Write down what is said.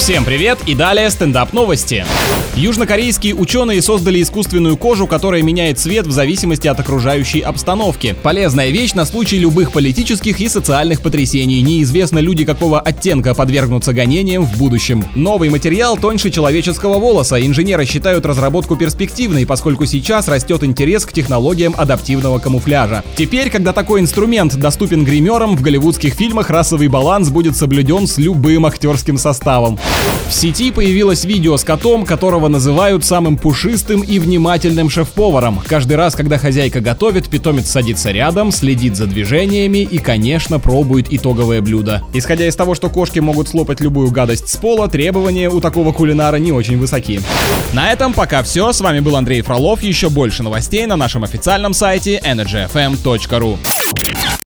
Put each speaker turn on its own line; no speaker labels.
Всем привет и далее стендап новости. Южнокорейские ученые создали искусственную кожу, которая меняет цвет в зависимости от окружающей обстановки. Полезная вещь на случай любых политических и социальных потрясений. Неизвестно, люди какого оттенка подвергнутся гонениям в будущем. Новый материал тоньше человеческого волоса. Инженеры считают разработку перспективной, поскольку сейчас растет интерес к технологиям адаптивного камуфляжа. Теперь, когда такой инструмент доступен гримерам, в голливудских фильмах расовый баланс будет соблюден с любым актерским составом. В сети появилось видео с котом, которого называют самым пушистым и внимательным шеф-поваром. Каждый раз, когда хозяйка готовит, питомец садится рядом, следит за движениями и, конечно, пробует итоговое блюдо. Исходя из того, что кошки могут слопать любую гадость с пола, требования у такого кулинара не очень высоки. На этом пока все. С вами был Андрей Фролов. Еще больше новостей на нашем официальном сайте energyfm.ru.